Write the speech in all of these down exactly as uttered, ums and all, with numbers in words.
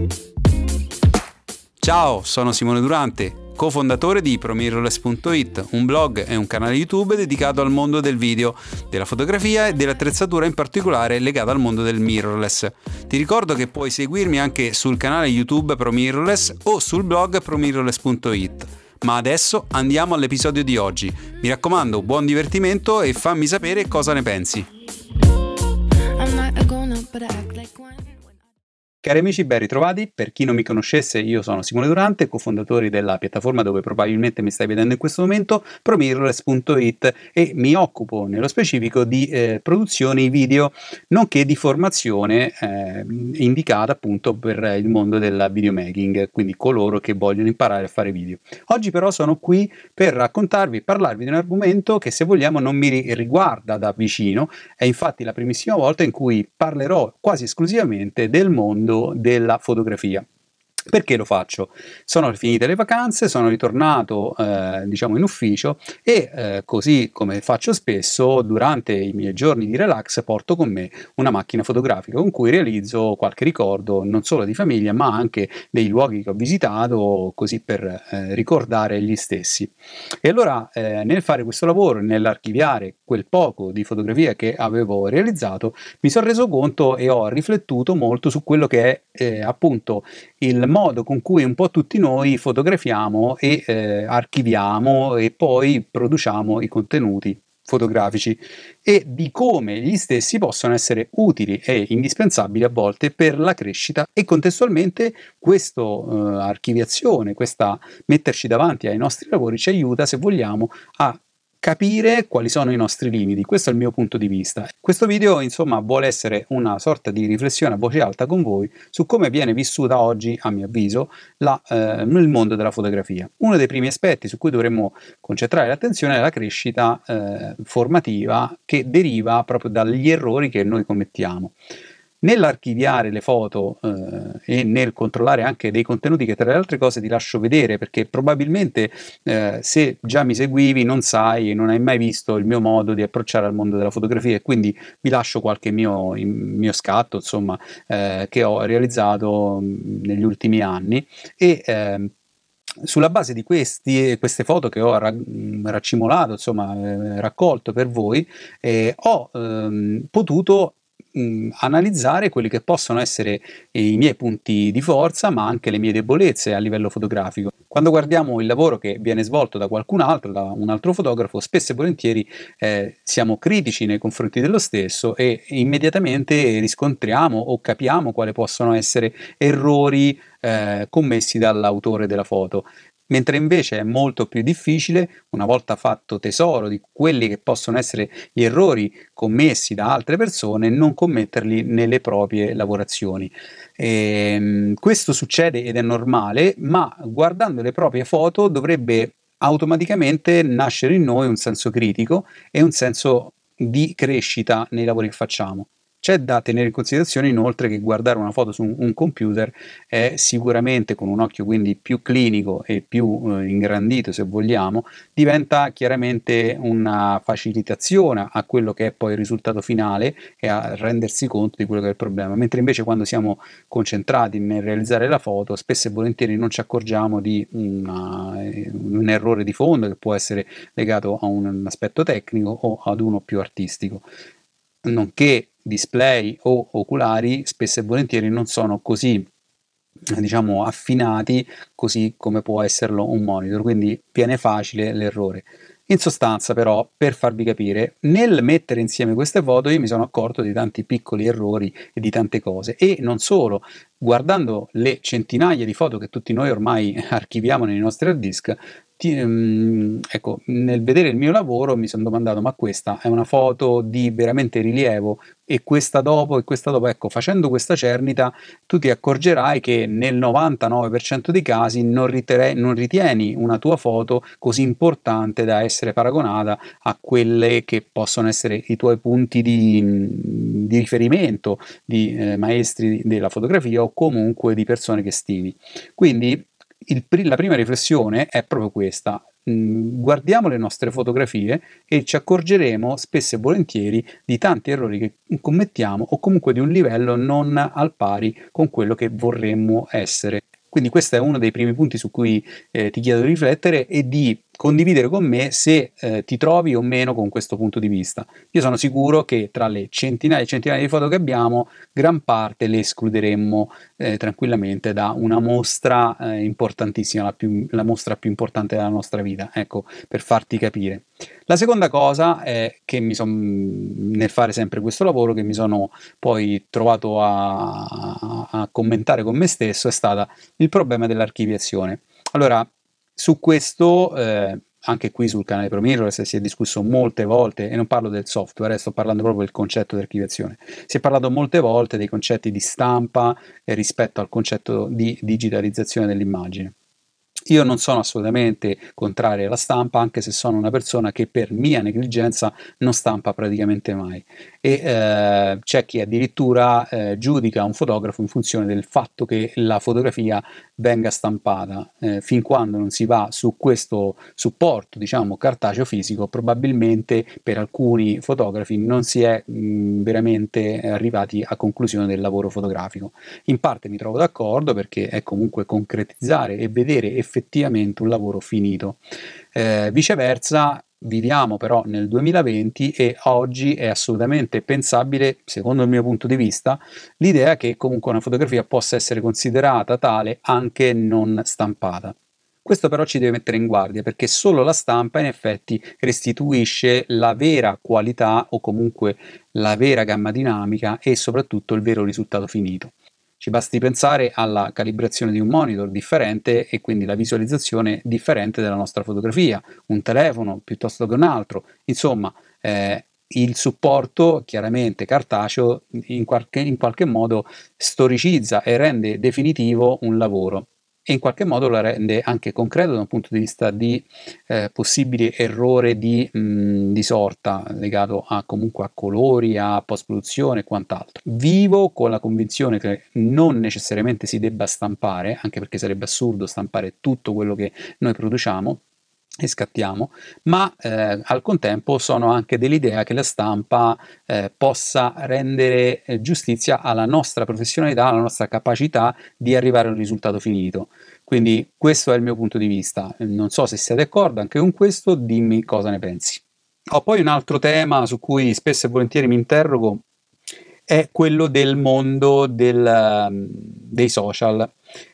Ciao, sono Simone Durante, cofondatore di ProMirrorless punto it, un blog e un canale YouTube dedicato al mondo del video, della fotografia e dell'attrezzatura, in particolare legata al mondo del mirrorless. Ti ricordo che puoi seguirmi anche sul canale YouTube ProMirrorless o sul blog ProMirrorless punto it. Ma adesso andiamo all'episodio di oggi. Mi raccomando, buon divertimento e fammi sapere cosa ne pensi. Cari amici, ben ritrovati. Per chi non mi conoscesse, io sono Simone Durante, cofondatore della piattaforma dove probabilmente mi stai vedendo in questo momento, ProMirrorless punto it, e mi occupo nello specifico di eh, produzioni video, nonché di formazione eh, indicata appunto per il mondo del videomaking, quindi coloro che vogliono imparare a fare video. Oggi però sono qui per raccontarvi, parlarvi di un argomento che, se vogliamo, non mi riguarda da vicino. È infatti la primissima volta in cui parlerò quasi esclusivamente del mondo della fotografia. Perché lo faccio? Sono finite le vacanze, sono ritornato eh, diciamo in ufficio e eh, così come faccio spesso durante i miei giorni di relax porto con me una macchina fotografica con cui realizzo qualche ricordo non solo di famiglia ma anche dei luoghi che ho visitato, così per eh, ricordare gli stessi. E allora eh, nel fare questo lavoro, nell'archiviare quel poco di fotografia che avevo realizzato, mi sono reso conto e ho riflettuto molto su quello che è eh, appunto il modo con cui un po' tutti noi fotografiamo e eh, archiviamo e poi produciamo i contenuti fotografici, e di come gli stessi possono essere utili e indispensabili a volte per la crescita, e contestualmente questa eh, archiviazione, questa metterci davanti ai nostri lavori ci aiuta, se vogliamo, a capire quali sono i nostri limiti. Questo è il mio punto di vista. Questo video, insomma, vuole essere una sorta di riflessione a voce alta con voi su come viene vissuta oggi, a mio avviso, la, eh, nel mondo della fotografia. Uno dei primi aspetti su cui dovremmo concentrare l'attenzione è la crescita eh, formativa, che deriva proprio dagli errori che noi commettiamo. Nell'archiviare le foto eh, e nel controllare anche dei contenuti che, tra le altre cose, ti lascio vedere, perché probabilmente eh, se già mi seguivi non sai e non hai mai visto il mio modo di approcciare al mondo della fotografia, e quindi vi lascio qualche mio, mio scatto, insomma, eh, che ho realizzato negli ultimi anni. E eh, sulla base di questi, queste foto che ho ra raccimolato, insomma, eh, raccolto per voi, eh, ho ehm, potuto Mh, analizzare quelli che possono essere i miei punti di forza, ma anche le mie debolezze a livello fotografico. Quando guardiamo il lavoro che viene svolto da qualcun altro, da un altro fotografo, spesso e volentieri eh, siamo critici nei confronti dello stesso e immediatamente riscontriamo o capiamo quali possono essere errori eh, commessi dall'autore della foto. Mentre invece è molto più difficile, una volta fatto tesoro di quelli che possono essere gli errori commessi da altre persone, non commetterli nelle proprie lavorazioni. E, questo succede ed è normale, ma guardando le proprie foto dovrebbe automaticamente nascere in noi un senso critico e un senso di crescita nei lavori che facciamo. C'è da tenere in considerazione inoltre che guardare una foto su un computer è sicuramente, con un occhio quindi più clinico e più eh, ingrandito, se vogliamo, diventa chiaramente una facilitazione a quello che è poi il risultato finale e a rendersi conto di quello che è il problema, mentre invece quando siamo concentrati nel realizzare la foto spesso e volentieri non ci accorgiamo di una, un errore di fondo che può essere legato a un aspetto tecnico o ad uno più artistico, nonché display o oculari spesso e volentieri non sono così, diciamo, affinati così come può esserlo un monitor, quindi viene facile l'errore. In sostanza, però, per farvi capire, nel mettere insieme queste foto io mi sono accorto di tanti piccoli errori e di tante cose, e non solo. Guardando le centinaia di foto che tutti noi ormai archiviamo nei nostri hard disk, ti, um, ecco, nel vedere il mio lavoro mi sono domandato: ma questa è una foto di veramente rilievo? E questa dopo, e questa dopo, ecco, facendo questa cernita tu ti accorgerai che nel novantanove per cento dei casi non, non ritieni una tua foto così importante da essere paragonata a quelle che possono essere i tuoi punti di, di riferimento, di eh, maestri della fotografia o comunque di persone che stimi. Quindi il, la prima riflessione è proprio questa: mh, guardiamo le nostre fotografie e ci accorgeremo spesso e volentieri di tanti errori che commettiamo o comunque di un livello non al pari con quello che vorremmo essere. Quindi questo è uno dei primi punti su cui eh, ti chiedo di riflettere e di condividere con me se eh, ti trovi o meno con questo punto di vista. Io sono sicuro che tra le centinaia e centinaia di foto che abbiamo, gran parte le escluderemmo eh, tranquillamente da una mostra eh, importantissima, la, più, la mostra più importante della nostra vita, ecco, per farti capire. La seconda cosa è che mi sono, nel fare sempre questo lavoro, che mi sono poi trovato a, a, a commentare con me stesso, è stata il problema dell'archiviazione. Allora, su questo, eh, anche qui sul canale ProMirrorless si è discusso molte volte, e non parlo del software, eh, sto parlando proprio del concetto di archiviazione. Si è parlato molte volte dei concetti di stampa eh, rispetto al concetto di digitalizzazione dell'immagine. Io non sono assolutamente contrario alla stampa, anche se sono una persona che per mia negligenza non stampa praticamente mai. E eh, c'è chi addirittura eh, giudica un fotografo in funzione del fatto che la fotografia venga stampata. Eh, fin quando non si va su questo supporto, diciamo, cartaceo fisico, probabilmente per alcuni fotografi non si è mh, veramente arrivati a conclusione del lavoro fotografico. In parte mi trovo d'accordo, perché è comunque concretizzare e vedere effettivamente un lavoro finito. Eh, viceversa, viviamo però nel duemilaventi e oggi è assolutamente pensabile, secondo il mio punto di vista, l'idea che comunque una fotografia possa essere considerata tale anche non stampata. Questo però ci deve mettere in guardia, perché solo la stampa in effetti restituisce la vera qualità o comunque la vera gamma dinamica e soprattutto il vero risultato finito. Ci basti pensare alla calibrazione di un monitor differente e quindi la visualizzazione differente della nostra fotografia, un telefono piuttosto che un altro, insomma eh, il supporto chiaramente cartaceo in qualche, in qualche modo storicizza e rende definitivo un lavoro e in qualche modo lo rende anche concreto da un punto di vista di eh, possibili errore di, mh, di sorta legato a comunque a colori, a post-produzione e quant'altro. Vivo con la convinzione che non necessariamente si debba stampare, anche perché sarebbe assurdo stampare tutto quello che noi produciamo e scattiamo, ma eh, al contempo sono anche dell'idea che la stampa eh, possa rendere eh, giustizia alla nostra professionalità, alla nostra capacità di arrivare a un risultato finito. Quindi questo è il mio punto di vista. Non so se siete d'accordo anche con questo, dimmi cosa ne pensi. Ho poi un altro tema su cui spesso e volentieri mi interrogo, è quello del mondo del, dei social,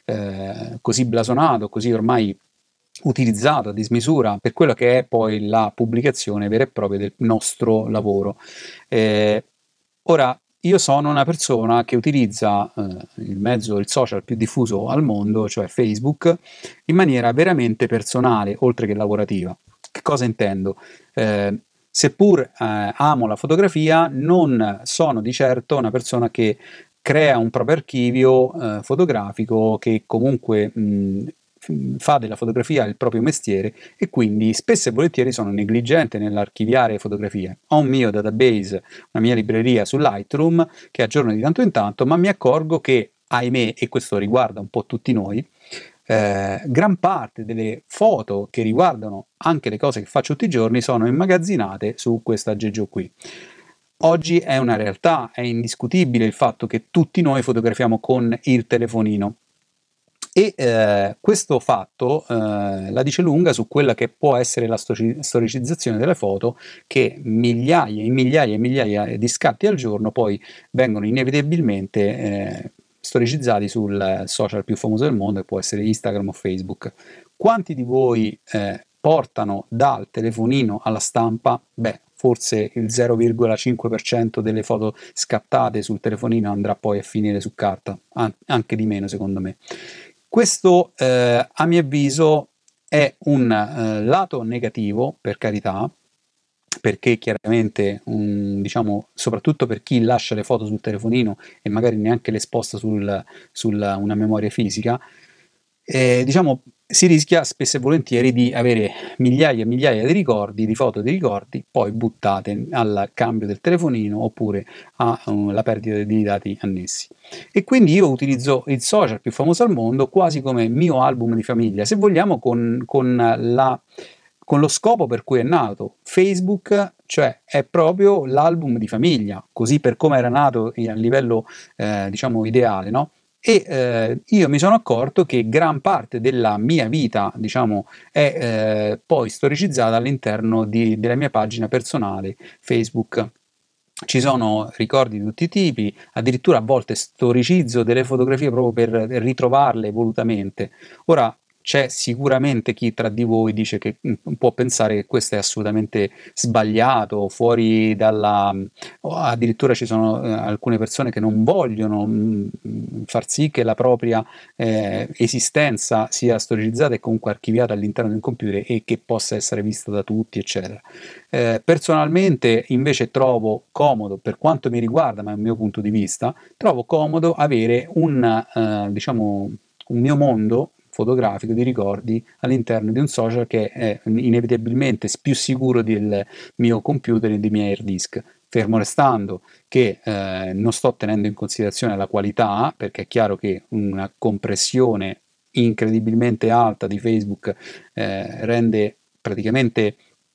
eh, così blasonato, così ormai utilizzato a dismisura per quello che è poi la pubblicazione vera e propria del nostro lavoro. Eh, ora, io sono una persona che utilizza eh, il mezzo, il social più diffuso al mondo, cioè Facebook, in maniera veramente personale, oltre che lavorativa. Che cosa intendo? Eh, seppur eh, amo la fotografia, non sono di certo una persona che crea un proprio archivio eh, fotografico, che comunque mh, fa della fotografia il proprio mestiere e quindi spesso e volentieri sono negligente nell'archiviare fotografie. Ho un mio database, una mia libreria su Lightroom che aggiorno di tanto in tanto, ma mi accorgo che, ahimè, e questo riguarda un po' tutti noi, eh, gran parte delle foto che riguardano anche le cose che faccio tutti i giorni sono immagazzinate su questo aggeggio qui. Oggi è una realtà, è indiscutibile il fatto che tutti noi fotografiamo con il telefonino. E eh, questo fatto eh, la dice lunga su quella che può essere la storicizzazione delle foto, che migliaia e migliaia e migliaia di scatti al giorno poi vengono inevitabilmente eh, storicizzati sul social più famoso del mondo, che può essere Instagram o Facebook. Quanti di voi eh, portano dal telefonino alla stampa? Beh, forse il zero virgola cinque per cento delle foto scattate sul telefonino andrà poi a finire su carta, anche di meno secondo me. Questo, eh, a mio avviso, è un eh, lato negativo, per carità, perché chiaramente, um, diciamo, soprattutto per chi lascia le foto sul telefonino e magari neanche le sposta sul, su una memoria fisica, eh, diciamo, si rischia spesso e volentieri di avere migliaia e migliaia di ricordi, di foto di ricordi, poi buttate al cambio del telefonino oppure alla perdita di dati annessi. E quindi io utilizzo il social più famoso al mondo quasi come mio album di famiglia, se vogliamo, con, con la con lo scopo per cui è nato. Facebook, cioè, è proprio l'album di famiglia, così per come era nato a livello, eh, diciamo, ideale, no? E eh, io mi sono accorto che gran parte della mia vita, diciamo, è eh, poi storicizzata all'interno di- della mia pagina personale Facebook. Ci sono ricordi di tutti i tipi, addirittura a volte storicizzo delle fotografie proprio per ritrovarle volutamente. Ora, c'è sicuramente chi tra di voi dice che mm, può pensare che questo è assolutamente sbagliato, fuori dalla... o addirittura ci sono eh, alcune persone che non vogliono mm, far sì che la propria eh, esistenza sia storicizzata e comunque archiviata all'interno di un computer e che possa essere vista da tutti, eccetera. Eh, personalmente invece trovo comodo, per quanto mi riguarda, ma è un mio punto di vista, trovo comodo avere un, eh, diciamo, un mio mondo fotografico di ricordi all'interno di un social che è inevitabilmente più sicuro del mio computer e dei miei hard disk. Fermo restando che eh, non sto tenendo in considerazione la qualità, perché è chiaro che una compressione incredibilmente alta di Facebook eh, rende praticamente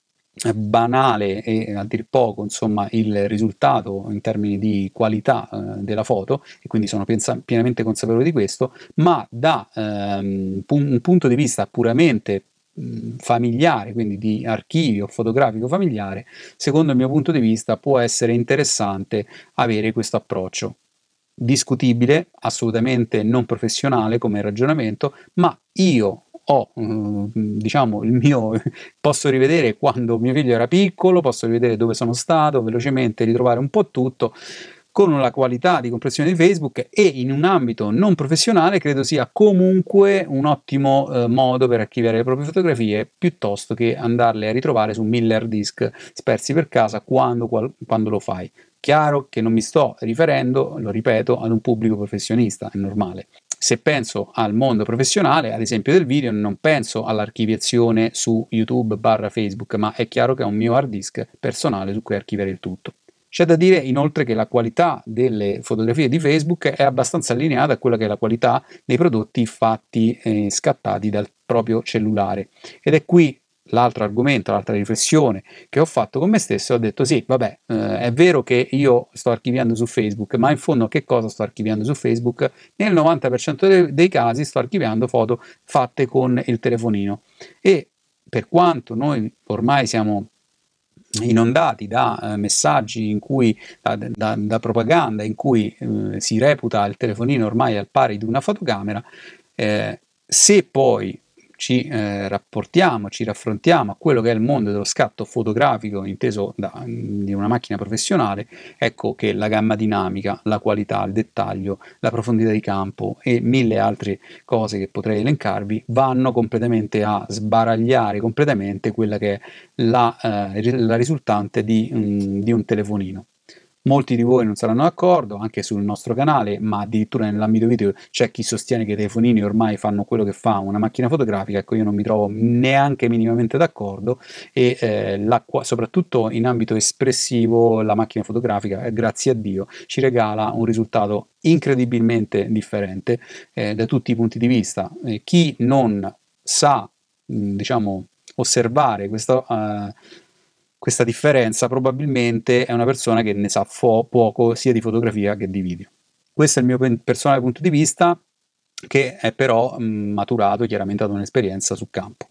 banale e a dir poco, insomma, il risultato in termini di qualità eh, della foto, e quindi sono pensa- pienamente consapevole di questo, ma da ehm, pu- un punto di vista puramente mh, familiare, quindi di archivio fotografico familiare, secondo il mio punto di vista può essere interessante avere questo approccio. Discutibile, assolutamente non professionale come ragionamento, ma io ho, eh, diciamo, il mio posso rivedere quando mio figlio era piccolo, posso rivedere dove sono stato, velocemente ritrovare un po' tutto, con la qualità di compressione di Facebook, e in un ambito non professionale credo sia comunque un ottimo eh, modo per archiviare le proprie fotografie, piuttosto che andarle a ritrovare su mille hard disk spersi per casa quando, quando lo fai. Chiaro che non mi sto riferendo, lo ripeto, ad un pubblico professionista, è normale. Se penso al mondo professionale, ad esempio del video, non penso all'archiviazione su YouTube barra Facebook, ma è chiaro che ho un mio hard disk personale su cui archiviare il tutto. C'è da dire inoltre che la qualità delle fotografie di Facebook è abbastanza allineata a quella che è la qualità dei prodotti fatti e scattati dal proprio cellulare. Ed è qui l'altro argomento, l'altra riflessione che ho fatto con me stesso. Ho detto sì, vabbè, eh, è vero che io sto archiviando su Facebook, ma in fondo che cosa sto archiviando su Facebook? Nel novanta per cento dei, dei casi sto archiviando foto fatte con il telefonino, e per quanto noi ormai siamo inondati da eh, messaggi in cui, da, da, da propaganda in cui eh, si reputa il telefonino ormai al pari di una fotocamera, eh, se poi ci eh, rapportiamo, ci raffrontiamo a quello che è il mondo dello scatto fotografico inteso da, di una macchina professionale, ecco che la gamma dinamica, la qualità, il dettaglio, la profondità di campo e mille altre cose che potrei elencarvi vanno completamente a sbaragliare completamente quella che è la, eh, la risultante di, um, di un telefonino. Molti di voi non saranno d'accordo, anche sul nostro canale, ma addirittura nell'ambito video c'è chi sostiene che i telefonini ormai fanno quello che fa una macchina fotografica. Ecco, io non mi trovo neanche minimamente d'accordo, e eh, la, soprattutto in ambito espressivo la macchina fotografica, eh, grazie a Dio, ci regala un risultato incredibilmente differente eh, da tutti i punti di vista. Eh, chi non sa, mh, diciamo, osservare questo, uh, questa differenza probabilmente è una persona che ne sa fo- poco sia di fotografia che di video. Questo è il mio personale punto di vista, che è però mh, maturato chiaramente da un'esperienza sul campo.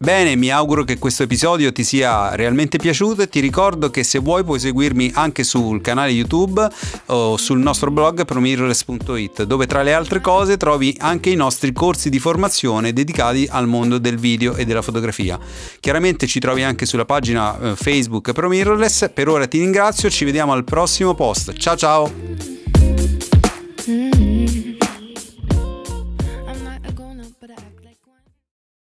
Bene, mi auguro che questo episodio ti sia realmente piaciuto e ti ricordo che se vuoi puoi seguirmi anche sul canale YouTube o sul nostro blog promirrorless punto it, dove tra le altre cose trovi anche i nostri corsi di formazione dedicati al mondo del video e della fotografia. Chiaramente ci trovi anche sulla pagina Facebook ProMirrorless. Per ora ti ringrazio, ci vediamo al prossimo post. Ciao ciao!